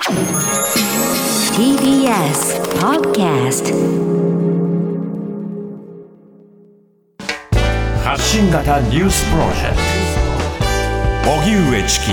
TBS Podcast 発信型ニュースプロジェクト荻上チキ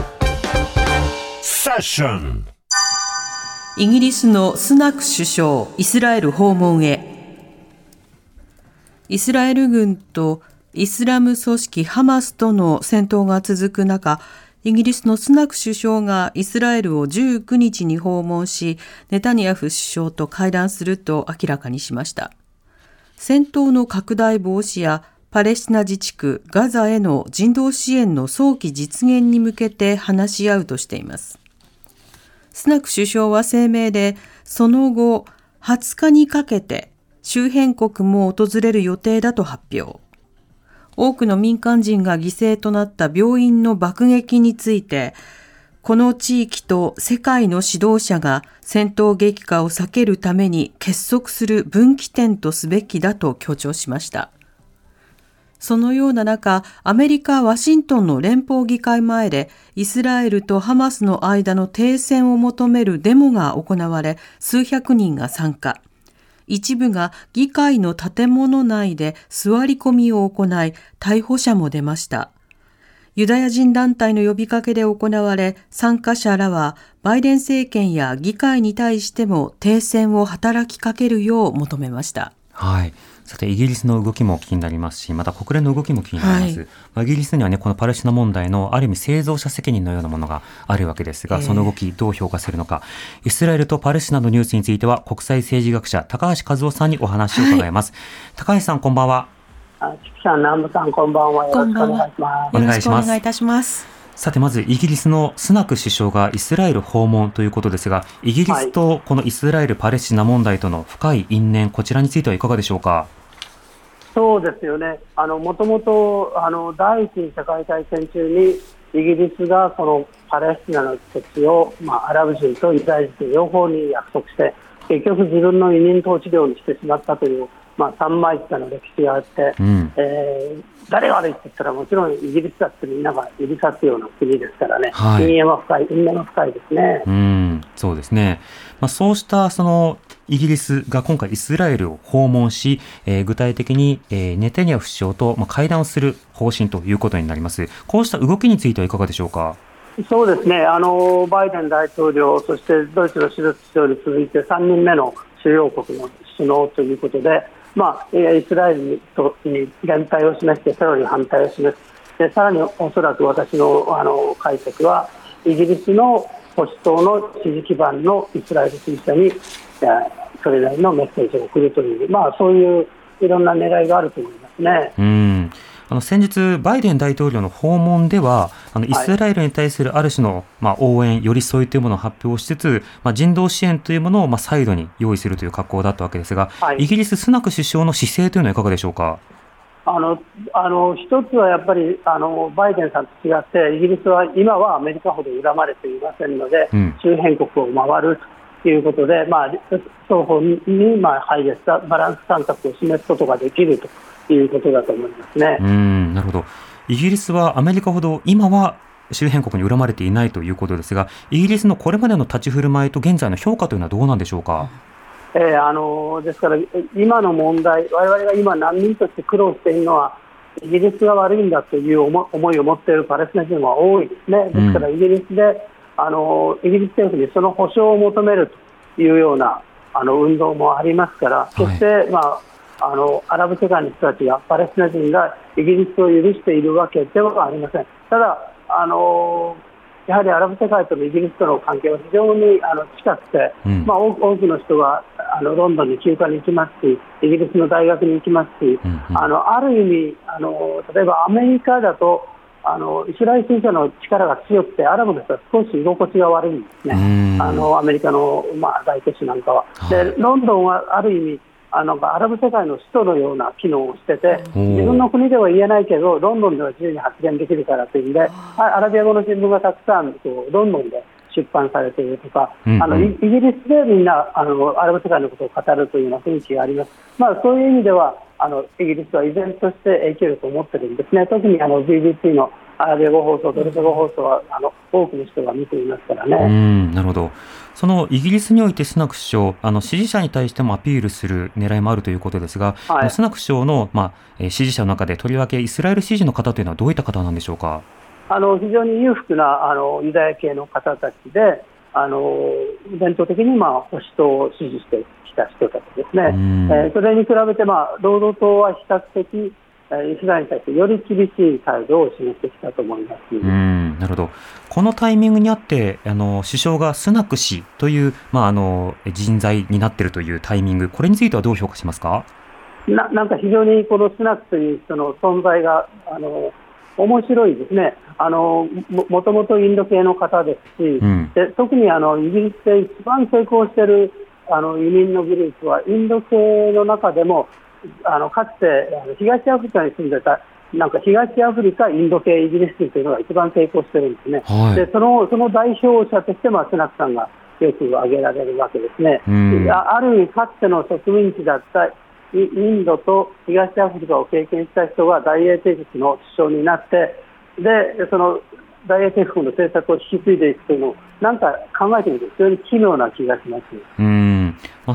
セッション。 イギリスのスナク首相、イスラエル訪問へ。イスラエル軍とイスラム組織ハマスとの戦闘が続く中、イギリスのスナク首相がイスラエルを19日に訪問し、ネタニヤフ首相と会談すると明らかにしました。戦闘の拡大防止やパレスチナ自治区ガザへの人道支援の早期実現に向けて話し合うとしています。スナク首相は声明で、その後20日にかけて周辺国も訪れる予定だと発表。多くの民間人が犠牲となった病院の爆撃について、この地域と世界の指導者が戦闘激化を避けるために結束する分岐点とすべきだと強調しました。そのような中、アメリカ・ワシントンの連邦議会前でイスラエルとハマスの間の停戦を求めるデモが行われ、数百人が参加。一部が議会の建物内で座り込みを行い、逮捕者も出ました。ユダヤ人団体の呼びかけで行われ、参加者らはバイデン政権や議会に対しても停戦を働きかけるよう求めました。 はい。さて、イギリスの動きも気になりますし、また国連の動きも気になります。イギリスにはね、このパレスチナ問題のある意味製造者責任のようなものがあるわけですが、その動きどう評価するのか。イスラエルとパレスチナのニュースについては、国際政治学者高橋和夫さんにお話を伺います。高橋さん、こんばんは。 チキさん、南部さん、こんばんは。よろしくお願いします。 よろしくお願いいたします。 さて、まずイギリスのスナク首相がイスラエル訪問ということですが、イギリスとこのイスラエル・パレスチナ問題との深い因縁、こちらについてはいかがでしょうか。 そうですよね。もともと第一次世界大戦中にイギリスがこのパレスチナの土地を、アラブ人とユダヤ人両方に約束して、結局自分の委任統治領にしてしまったという、三枚舌の歴史があって、誰が悪いって言ったらもちろんイギリスだってみんなが指さすような国ですからね、因縁は深いですね。 そうですね。そうしたそのイギリスが今回イスラエルを訪問し、具体的に、ネタニヤフ首相と、会談する方針ということになります。こうした動きについてはいかがでしょうか。 そうですね。バイデン大統領、そしてドイツのシュルツ首相に続いて3人目の主要国の首脳ということで、イスラエルに連帯を示してテロに反対を示す。でさらにおそらく私の解釈は、イギリスの保守党の支持基盤のイスラエル支持者にそれなりのメッセージを送るという、そういういろんな狙いがあると思いますね。 先日バイデン大統領の訪問ではイスラエルに対するある種の、応援、寄り添いというものを発表しつつ、人道支援というものをサイドに用意するという格好だったわけですが、イギリススナク首相の姿勢というのはいかがでしょうか。 一つはやっぱりバイデンさんと違って、イギリスは今はアメリカほど恨まれていませんので、周辺国を回るということで、双方に配慮したバランス感覚を示すことができるということだと思いますね。 なるほど。イギリスはアメリカほど今は周辺国に恨まれていないということですが、イギリスのこれまでの立ち振る舞いと現在の評価というのはどうなんでしょうか。 ですから今の問題、我々が今難民として苦労しているのはイギリスが悪いんだという思いを持っているパレスチナ人は多いですね。ですからイギリスでイギリス政府にその保障を求めるというような運動もありますから、そして、アラブ世界の人たちがパレスチナ人がイギリスを許しているわけではありません。ただやはりアラブ世界とのイギリスとの関係は非常に近くて、多くの人がロンドンに休暇に行きますし、イギリスの大学に行きますし、ある意味例えばアメリカだとイスラエル支持者の力が強くて、アラブの人は少し居心地が悪いんですね。アメリカの、大都市なんかは。でロンドンはある意味アラブ世界の首都のような機能をしてて、自分の国では言えないけどロンドンでは自由に発言できるからというので、アラビア語の新聞がたくさんロンドンで出版されているとか、イギリスでみんなアラブ世界のことを語るというような雰囲気があります。そういう意味ではイギリスは依然として影響力を持っているんですね。特にBBC のアラビア語放送、トルコ語放送は多くの人が見ていますからね。 なるほど。そのイギリスにおいてスナク首相、支持者に対してもアピールする狙いもあるということですが、はい、スナク首相の、支持者の中でとりわけイスラエル支持の方というのはどういった方なんでしょうか。 非常に裕福なユダヤ系の方たちで、伝統的に保守党を支持してきた人たちですね。それに比べて、労働党は比較的イスラエルに対してより厳しい態度を示してきたと思います。 なるほど。このタイミングにあって首相がスナク氏という、人材になっているというタイミング、これについてはどう評価しますか。 なんか非常にこのスナクという人の存在が面白いですね。もともとインド系の方ですし、で特にイギリスで一番成功している移民のグループはインド系の中でもかつて東アフリカに住んでた東アフリカ、インド系イギリス人というのが一番成功してるんですね。はい、でその代表者としてスナクさんがよく挙げられるわけですね。ある意味かつての植民地だったインドと東アフリカを経験した人が大英帝国の首相になって、でその大英帝国の政策を引き継いでいくというのをなんか考えてみると非常に奇妙な気がします。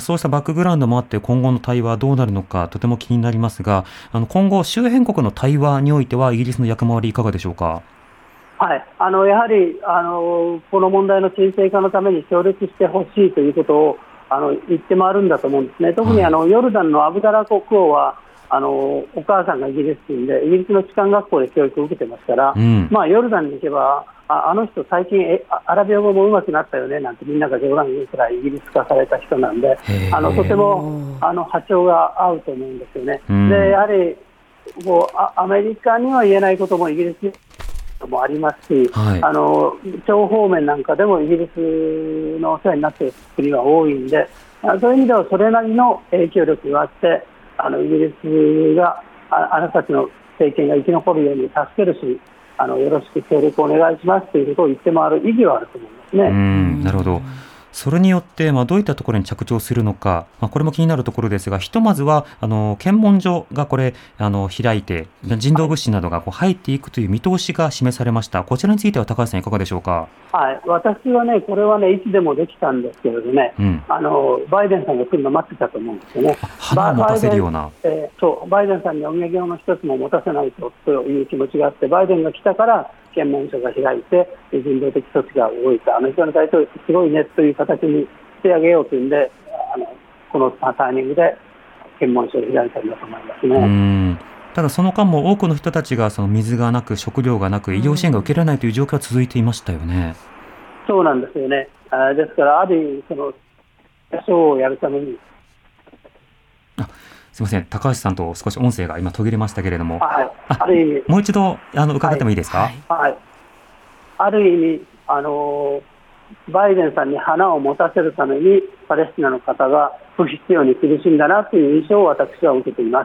そうしたバックグラウンドもあって今後の対話はどうなるのかとても気になりますが、今後周辺国の対話においてはイギリスの役回りいかがでしょうか。 はい、やはりこの問題の沈静化のために協力してほしいということを言って回るんだと思うんですね。特にヨルダンのアブダラ国王はお母さんがイギリス人でイギリスの士官学校で教育を受けてますから、ヨルダンに行けばあの人最近アラビア語も上手くなったよねなんてみんなが冗談言うくらいイギリス化された人なんで、とても波長が合うと思うんですよね。でやはりアメリカには言えないこともイギリスにもありますし、諜報面なんかでもイギリスのお世話になっている国が多いんで、そういう意味ではそれなりの影響力があってイギリスがあなたたちの政権が生き残るように助けるしよろしく協力をお願いしますということを言って回る意義はあると思いますね。 なるほど。それによって、どういったところに着地するのか、これも気になるところですが、ひとまずは検問所がこれ開いて人道物資などが入っていくという見通しが示されました。こちらについては高橋さんいかがでしょうか。 はい、私はねこれはねいつでもできたんですけれどね、バイデンさんが来るの待ってたと思うんですよね。 花を持たせるようなバイデンさんにお土産の一つも持たせないという気持ちがあって、バイデンが来たから検問所が開いて人道的措置が動いた。アメリカの大統領すごいねという形にしてあげようというんでこのタイミングで検問所を開いたんだと思いますね。 ただその間も多くの人たちが水がなく食料がなく医療支援が受けられないという状況は続いていましたよね。 そうなんですよね。ですからある意味ショーをやるためにすみません、高橋さんと少し音声が今途切れましたけれども、 ある意味もう一度伺ってもいいですか。 ある意味バイデンさんに花を持たせるためにパレスチナの方が不必要に苦しんだなという印象を私は受けています。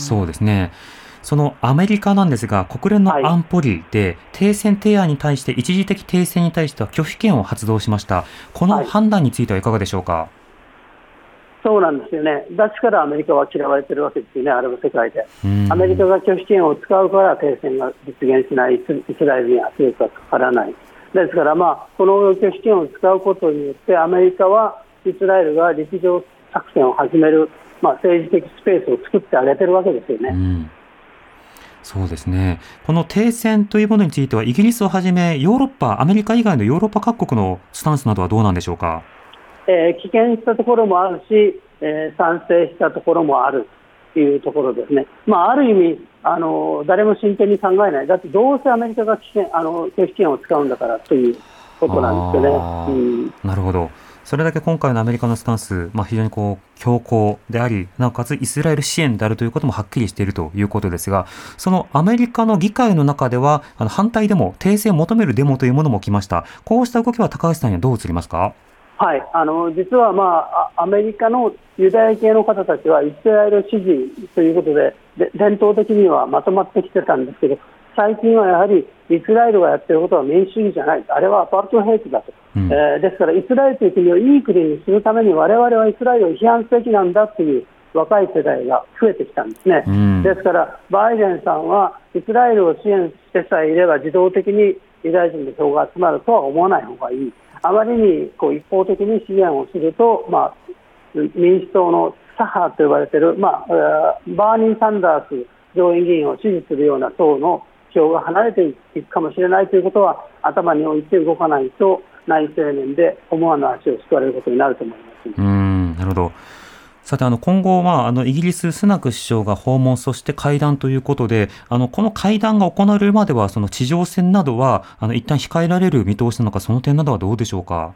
そうですね。そのアメリカなんですが、国連の安保理で停戦提案に対して、一時的停戦に対しては拒否権を発動しました。この判断についてはいかがでしょうか。 そうなんですよね。だからアメリカは嫌われているわけですよね、アラブ世界で。アメリカが拒否権を使うから停戦が実現しない、イスラエルに圧力がかからない。ですから、この拒否権を使うことによってアメリカはイスラエルが陸上作戦を始める、政治的スペースを作ってあげてるわけですよね。 そうですね。この停戦というものについてはイギリスをはじめヨーロッパ、アメリカ以外のヨーロッパ各国のスタンスなどはどうなんでしょうか。 棄権したところもあるし、賛成したところもあるというところですね。ある意味誰も真剣に考えない。だってどうせアメリカが拒否権を使うんだからということなんですよね。 なるほど。それだけ今回のアメリカのスタンス、非常に強硬であり、なおかつイスラエル支援であるということもはっきりしているということですが、そのアメリカの議会の中では反対デモ、停戦を求めるデモというものも来ました。こうした動きは高橋さんにはどう映りますか。 はい、実は、アメリカのユダヤ系の方たちはイスラエル支持ということで伝統的にはまとまってきてたんですけど、最近はやはりイスラエルがやっていることは民主主義じゃない、あれはアパルトヘイトだと、ですからイスラエルという国をいい国にするために我々はイスラエルを批判すべきなんだという若い世代が増えてきたんですね。ですからバイデンさんはイスラエルを支援してさえいれば自動的にユダヤ人の票が集まるとは思わない方がいい。あまりに一方的に支援をすると、民主党の左派と呼ばれている、バーニー・サンダース上院議員を支持するような層の票が離れていくかもしれないということは頭に置いて動かないと内政面で思わぬ足をすくわれることになると思います。 なるほど。さて今後、イギリススナク首相が訪問、そして会談ということで、この会談が行われるまではその地上戦などは一旦控えられる見通しなのか、その点などはどうでしょうか。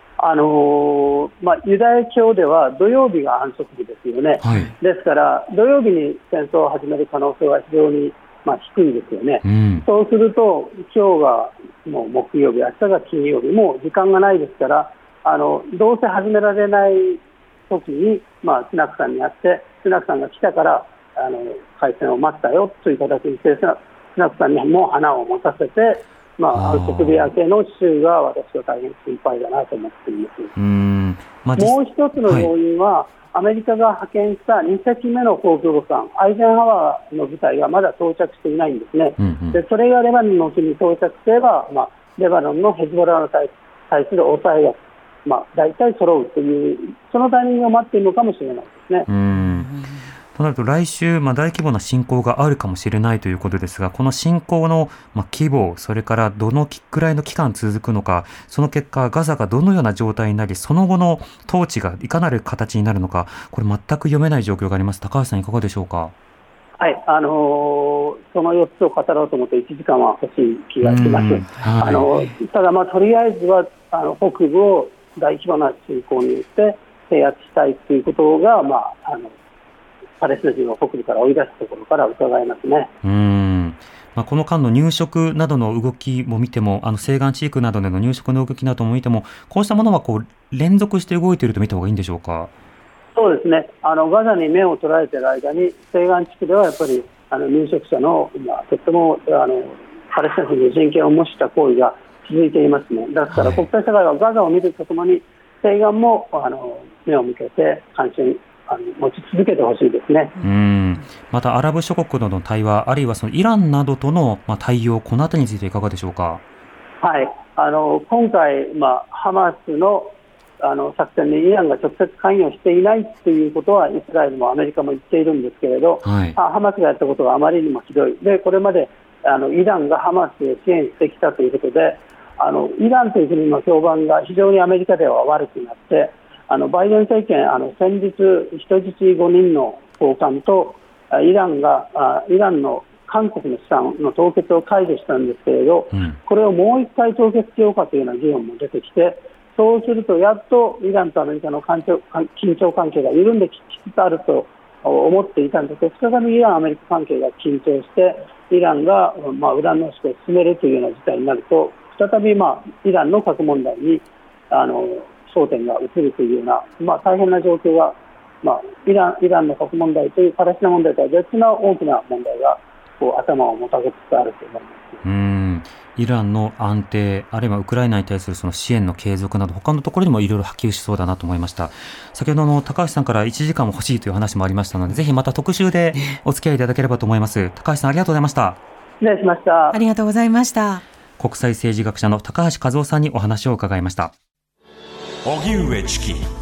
ユダヤ教では土曜日が安息日ですよね。ですから土曜日に戦争を始める可能性は非常に低いですよね。そうすると今日がもう木曜日、明日が金曜日、もう時間がないですから、どうせ始められない時に、スナクさんに会って、スナクさんが来たから開戦を待ったよという形にして、スナクさんにも花を持たせて、安息日明けの週が私は大変心配だなと思っています。もう一つの要因は、アメリカが派遣した2隻目の航空母艦アイゼンハワーの部隊がまだ到着していないんですね。でそれがレバノンの沖に到着すれば、レバノンのヘズボラに対する抑えが、大体揃うという、そのタイミングを待っているのかもしれないですね。 となると来週、大規模な侵攻があるかもしれないということですが、この侵攻の規模、それからどのくらいの期間続くのか、その結果ガザがどのような状態になり、その後の統治がいかなる形になるのか、これ全く読めない状況があります。高橋さん、いかがでしょうか。 はい、その4つを語ろうと思って1時間は欲しい気がします。ただとりあえずは北部を大規模な侵攻によって制圧したいということが、パレスチナ人を北部から追い出すところから伺えますね。 この間の入植などの動きも見ても、西岸地域などでの入植の動きなども見ても、こうしたものは連続して動いていると見た方がいいんでしょうか。 そうですね。ガザに目を捉えている間に西岸地区ではやっぱり入植者の、とってもパレスチナ人の人権を模した行為が続いていますね。だから国際社会はガザを見るとともに西岸も目を向けて関心持ち続けてほしいですね。 またアラブ諸国との対話、あるいはそのイランなどとの対応、このあたりについていかがでしょうか。 はい、今回、ハマスの作戦にイランが直接関与していないということはイスラエルもアメリカも言っているんですけれど、ハマスがやったことがあまりにもひどい。でこれまでイランがハマスを支援してきたということで、イランという国の評判が非常にアメリカでは悪くなって、バイデン政権、先日人質5人の交換とイランの韓国の資産の凍結を解除したんですけれど、これをもう一回凍結しようかというような議論も出てきて、そうするとやっとイランとアメリカの緊張関係が緩んできつつあると思っていたんですが、再びイラン・アメリカ関係が緊張してイランがウラン濃縮を進めるというような事態になると、再びイランの核問題に焦点が移るというような、大変な状況が、イランの核問題というパレスチナ問題とは別な大きな問題が頭をもたげつつあると思います。 イランの安定、あるいはウクライナに対するその支援の継続など、他のところにもいろいろ波及しそうだなと思いました。先ほどの高橋さんから1時間も欲しいという話もありましたので、ぜひまた特集でお付き合いいただければと思います。高橋さん、ありがとうございました。 失礼しました。 ありがとうございました。 国際政治学者の高橋和夫さんにお話を伺いました。 荻上チキ